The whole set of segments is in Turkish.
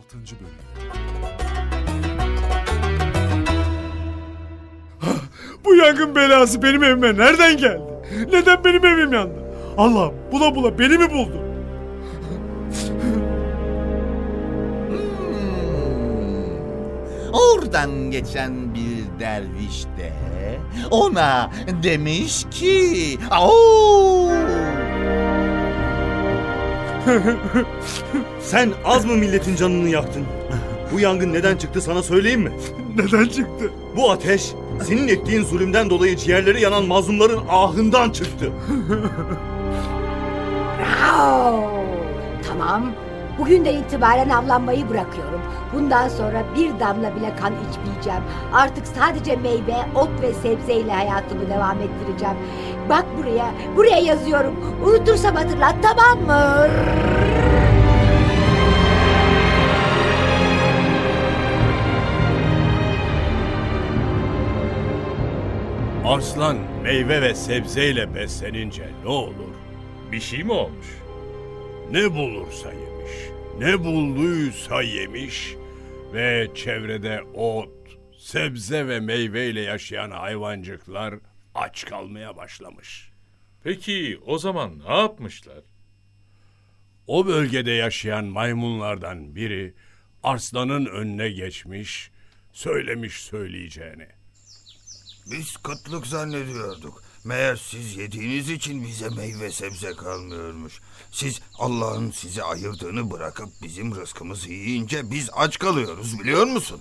6. Bölüm. Bu yangın belası benim evime nereden geldi? Neden benim evim yandı? Allah'ım bula bula beni mi buldun? Oradan geçen bir derviş de ona demiş ki... Sen az mı milletin canını yaktın? Bu yangın neden çıktı sana söyleyeyim mi? Neden çıktı? Bu ateş senin ettiğin zulümden dolayı ciğerleri yanan mazlumların ahından çıktı. Tamam. Bugünden itibaren avlanmayı bırakıyorum. Bundan sonra bir damla bile kan içmeyeceğim. Artık sadece meyve, ot ve sebzeyle hayatımı devam ettireceğim. Bak buraya yazıyorum. Unutursam hatırlat, tamam mı? Arslan meyve ve sebzeyle beslenince ne olur? Bir şey mi olmuş? Ne bulursa yemiş, ne bulduysa yemiş ve çevrede ot, sebze ve meyveyle yaşayan hayvancıklar aç kalmaya başlamış. Peki o zaman ne yapmışlar? O bölgede yaşayan maymunlardan biri Arslan'ın önüne geçmiş, söylemiş söyleyeceğini. Biz kıtlık zannediyorduk. Meğer siz yediğiniz için bize meyve sebze kalmıyormuş. Siz Allah'ın size ayırdığını bırakıp bizim rızkımızı yiyince biz aç kalıyoruz, biliyor musun?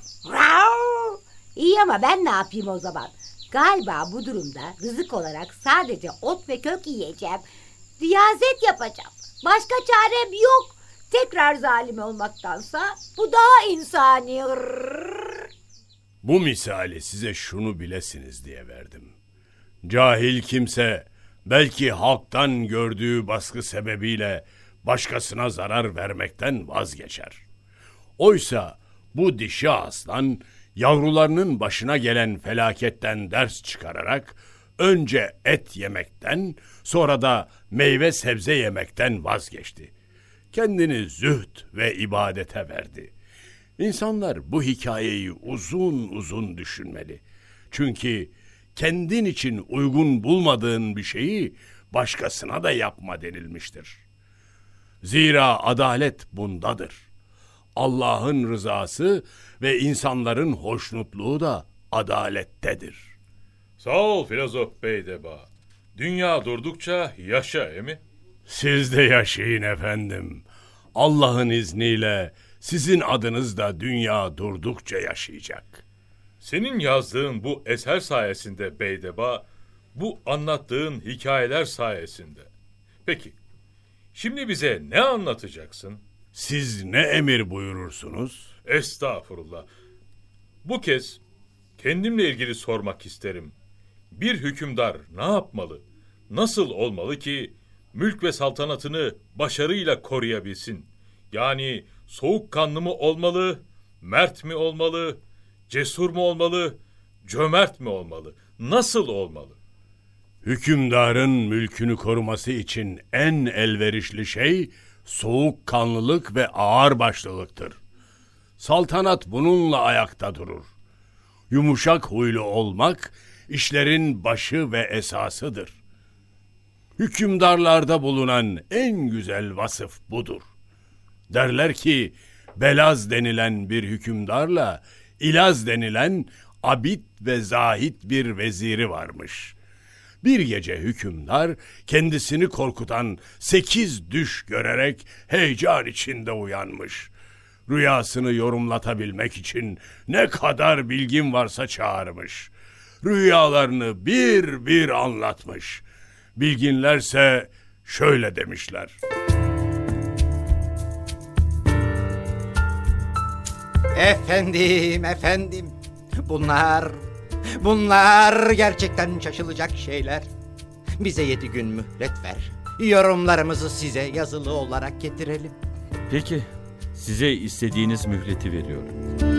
İyi ama ben ne yapayım o zaman? Galiba bu durumda rızık olarak sadece ot ve kök yiyeceğim. Riyazet yapacağım. Başka çarem yok. Tekrar zalim olmaktansa bu daha insani. Bu misali size şunu bilesiniz diye verdim. Cahil kimse belki halktan gördüğü baskı sebebiyle başkasına zarar vermekten vazgeçer. Oysa bu dişi aslan yavrularının başına gelen felaketten ders çıkararak önce et yemekten sonra da meyve sebze yemekten vazgeçti. Kendini zühd ve ibadete verdi. İnsanlar bu hikayeyi uzun uzun düşünmeli. Çünkü kendin için uygun bulmadığın bir şeyi başkasına da yapma denilmiştir. Zira adalet bundadır. Allah'ın rızası ve insanların hoşnutluğu da adalettedir. Sağ ol filozof Beydeba. Dünya durdukça yaşa emi. Siz de yaşayın efendim. Allah'ın izniyle sizin adınız da dünya durdukça yaşayacak. Senin yazdığın bu eser sayesinde Beydeba, bu anlattığın hikayeler sayesinde. Peki, şimdi bize ne anlatacaksın? Siz ne emir buyurursunuz? Estağfurullah. Bu kez kendimle ilgili sormak isterim. Bir hükümdar ne yapmalı? Nasıl olmalı ki mülk ve saltanatını başarıyla koruyabilsin? Yani soğukkanlı mı olmalı, mert mi olmalı, cesur mu olmalı, cömert mi olmalı? Nasıl olmalı? Hükümdarın mülkünü koruması için en elverişli şey soğukkanlılık ve ağırbaşlılıktır. Saltanat bununla ayakta durur. Yumuşak huylu olmak işlerin başı ve esasıdır. Hükümdarlarda bulunan en güzel vasıf budur. Derler ki Belaz denilen bir hükümdarla İlaz denilen abid ve zahid bir veziri varmış. Bir gece hükümdar kendisini korkutan 8 düş görerek heyecan içinde uyanmış. Rüyasını yorumlatabilmek için ne kadar bilgin varsa çağırmış. Rüyalarını bir bir anlatmış. Bilginlerse şöyle demişler. Efendim, bunlar gerçekten şaşılacak şeyler. Bize 7 gün mühlet ver. Yorumlarımızı size yazılı olarak getirelim. Peki, size istediğiniz mühleti veriyorum.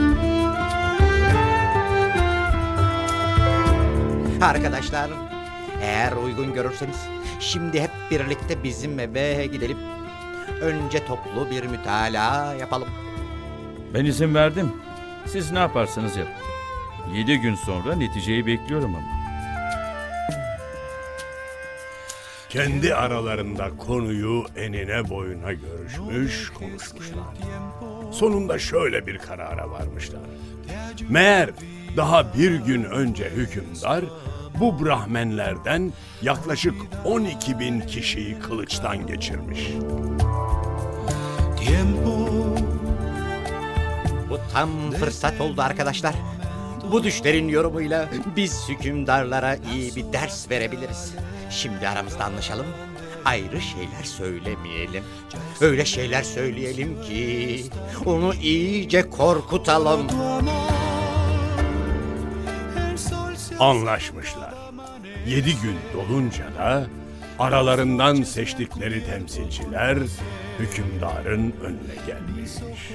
Arkadaşlar, eğer uygun görürseniz şimdi hep birlikte bizim eve gidelim. Önce toplu bir mütalaa yapalım. Ben izin verdim. Siz ne yaparsanız yapın. 7 gün sonra neticeyi bekliyorum ama. Kendi aralarında konuyu enine boyuna görüşmüş, konuşmuşlar. Sonunda şöyle bir karara varmışlar. Meğer daha bir gün önce hükümdar bu Brahmenlerden yaklaşık 12.000 kişiyi kılıçtan geçirmiş. Bu tam fırsat oldu arkadaşlar. Bu düşlerin yorumuyla biz hükümdarlara iyi bir ders verebiliriz. Şimdi aramızda anlaşalım. Ayrı şeyler söylemeyelim. Öyle şeyler söyleyelim ki onu iyice korkutalım. Anlaşmışlar. 7 gün dolunca da aralarından seçtikleri temsilciler hükümdarın önüne gelmiş.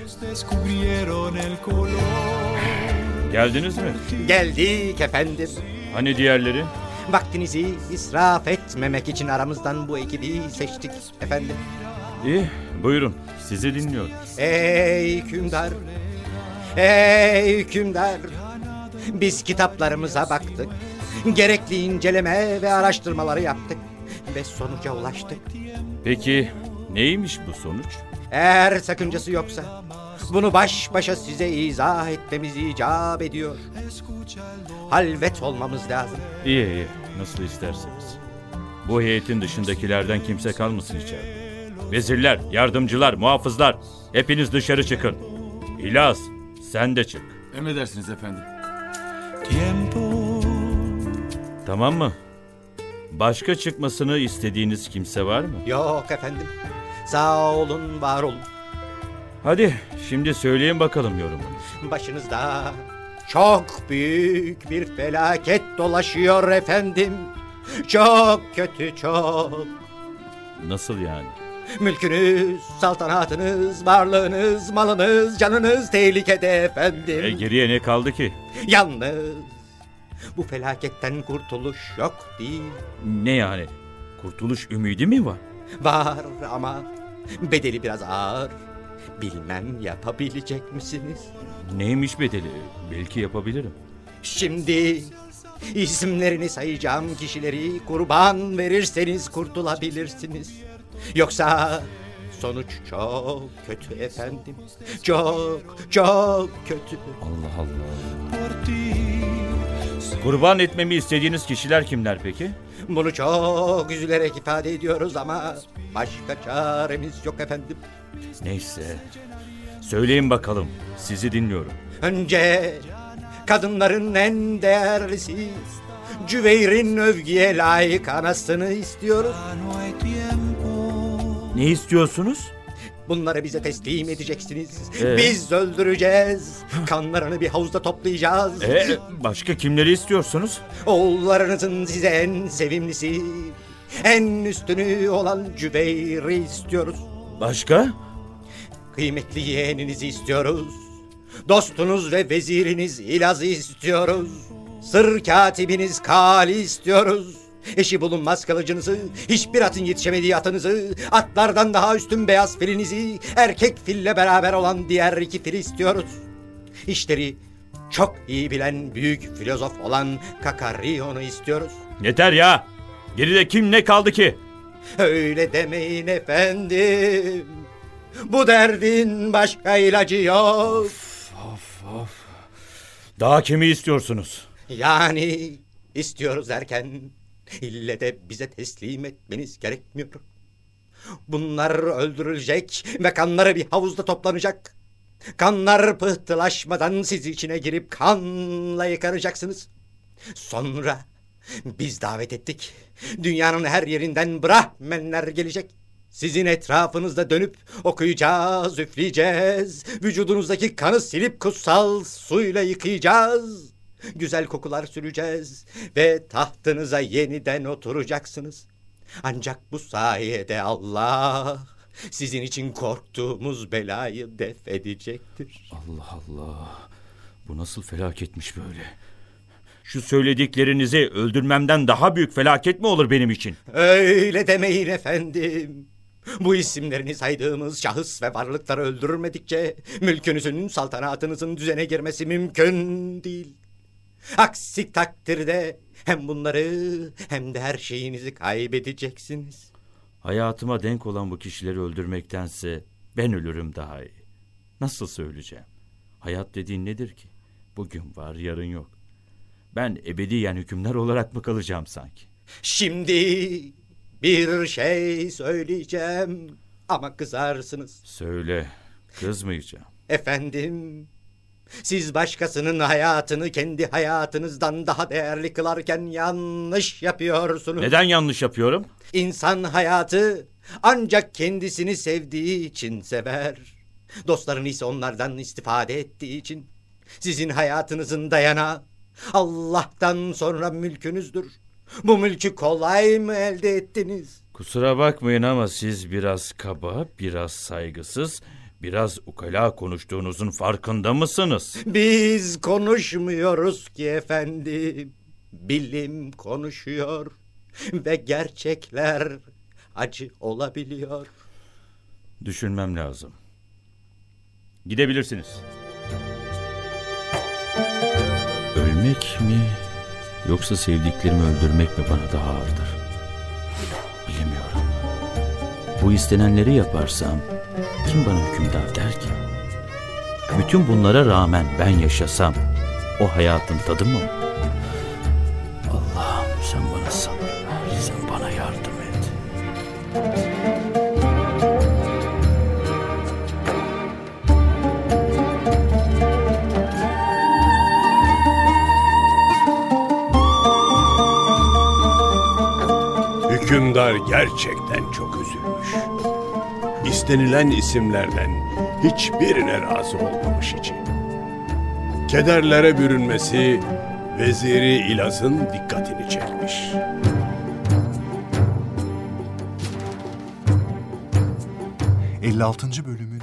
Geldiniz mi? Geldik efendim. Hani diğerleri? Vaktinizi israf etmemek için aramızdan bu ekibi seçtik efendim. İyi, buyurun. Sizi dinliyorum. Ey hükümdar, ey hükümdar. Biz kitaplarımıza baktık. Gerekli inceleme ve araştırmaları yaptık. Ve sonuca ulaştık. Peki neymiş bu sonuç? Eğer sakıncası yoksa bunu baş başa size izah etmemiz icap ediyor. Halvet olmamız lazım. İyi, nasıl isterseniz. Bu heyetin dışındakilerden kimse kalmasın içeride. Vezirler, yardımcılar, muhafızlar, hepiniz dışarı çıkın. İlyas, sen de çık. Emredersiniz efendim. Tamam mı? Başka çıkmasını istediğiniz kimse var mı? Yok efendim. Sağ olun, var olun. Hadi şimdi söyleyin bakalım yorumunuzu. Başınızda çok büyük bir felaket dolaşıyor efendim. Çok kötü, çok. Nasıl yani? Mülkünüz, saltanatınız, varlığınız, malınız, canınız tehlikede efendim. Geriye ne kaldı ki? Yalnız bu felaketten kurtuluş yok değil. Ne yani? Kurtuluş ümidi mi var? Var ama bedeli biraz ağır. Bilmem yapabilecek misiniz? Neymiş bedeli? Belki yapabilirim. Şimdi isimlerini sayacağım kişileri kurban verirseniz kurtulabilirsiniz. Yoksa sonuç çok kötü efendim. Çok, çok kötü. Allah Allah. Kurban etmemi istediğiniz kişiler kimler peki? Bunu çok üzülerek ifade ediyoruz ama başka çaremiz yok efendim. Neyse. Söyleyin bakalım. Sizi dinliyorum. Önce kadınların en değerlisi Cüveyr'in övgüye layık anasını istiyoruz. Ne istiyorsunuz? Bunları bize teslim edeceksiniz. Biz öldüreceğiz. Kanlarını bir havuzda toplayacağız. Başka kimleri istiyorsunuz? Oğullarınızın size en sevimlisi, en üstünü olan Cüveyr'i istiyoruz. Başka? Kıymetli yeğeninizi istiyoruz. Dostunuz ve veziriniz İlaz'ı istiyoruz. Sır katibiniz Kali istiyoruz. Eşi bulunmaz kılıcınızı, hiçbir atın yetişemediği atınızı, atlardan daha üstün beyaz filinizi, erkek fille beraber olan diğer 2 fili istiyoruz. İşleri çok iyi bilen büyük filozof olan Kakarion'u istiyoruz. Yeter ya! Geride kim ne kaldı ki? Öyle demeyin efendim. Bu derdin başka ilacı yok. Of. Daha kimi istiyorsunuz? Yani istiyoruz derken ille de bize teslim etmeniz gerekmiyor. Bunlar öldürülecek ve kanları bir havuzda toplanacak. Kanlar pıhtılaşmadan siz içine girip kanla yıkanacaksınız. Sonra biz davet ettik. Dünyanın her yerinden Brahmenler gelecek. Sizin etrafınızda dönüp okuyacağız, üfleyeceğiz. Vücudunuzdaki kanı silip kutsal suyla yıkayacağız. Güzel kokular süreceğiz ve tahtınıza yeniden oturacaksınız. Ancak bu sayede Allah sizin için korktuğumuz belayı def edecektir. Allah Allah. Bu nasıl felaketmiş böyle? Şu söylediklerinizi öldürmemden daha büyük felaket mi olur benim için? Öyle demeyin efendim. Bu isimlerini saydığımız şahıs ve varlıkları öldürmedikçe mülkünüzün, saltanatınızın düzene girmesi mümkün değil. Aksi takdirde hem bunları hem de her şeyinizi kaybedeceksiniz. Hayatıma denk olan bu kişileri öldürmektense ben ölürüm daha iyi. Nasıl söyleyeceğim? Hayat dediğin nedir ki? Bugün var, yarın yok. Ben ebediyen hükümdar olarak mı kalacağım sanki? Şimdi bir şey söyleyeceğim ama kızarsınız. Söyle, kızmayacağım. Efendim, siz başkasının hayatını kendi hayatınızdan daha değerli kılarken yanlış yapıyorsunuz. Neden yanlış yapıyorum? İnsan hayatı ancak kendisini sevdiği için sever. Dostlarını ise onlardan istifade ettiği için. Sizin hayatınızın dayanağı Allah'tan sonra mülkünüzdür. Bu mülkü kolay mı elde ettiniz? Kusura bakmayın ama siz biraz kaba, biraz saygısız, biraz ukala konuştuğunuzun farkında mısınız? Biz konuşmuyoruz ki efendim. Bilim konuşuyor ve gerçekler acı olabiliyor. Düşünmem lazım. Gidebilirsiniz. Ölmek mi yoksa sevdiklerimi öldürmek mi bana daha ağırdır? Bilemiyorum. Bu istenenleri yaparsam kim bana hükümdar der ki? Bütün bunlara rağmen ben yaşasam o hayatın tadı mı? Allah'ım sen bana sabır ver, sen bana yardım et. Hükümdar gerçekten çok üzülmüş. İstenilen isimlerden hiçbirine razı olmamış için. Kederlere bürünmesi Veziri İlaz'ın dikkatini çekmiş. ...56. bölümü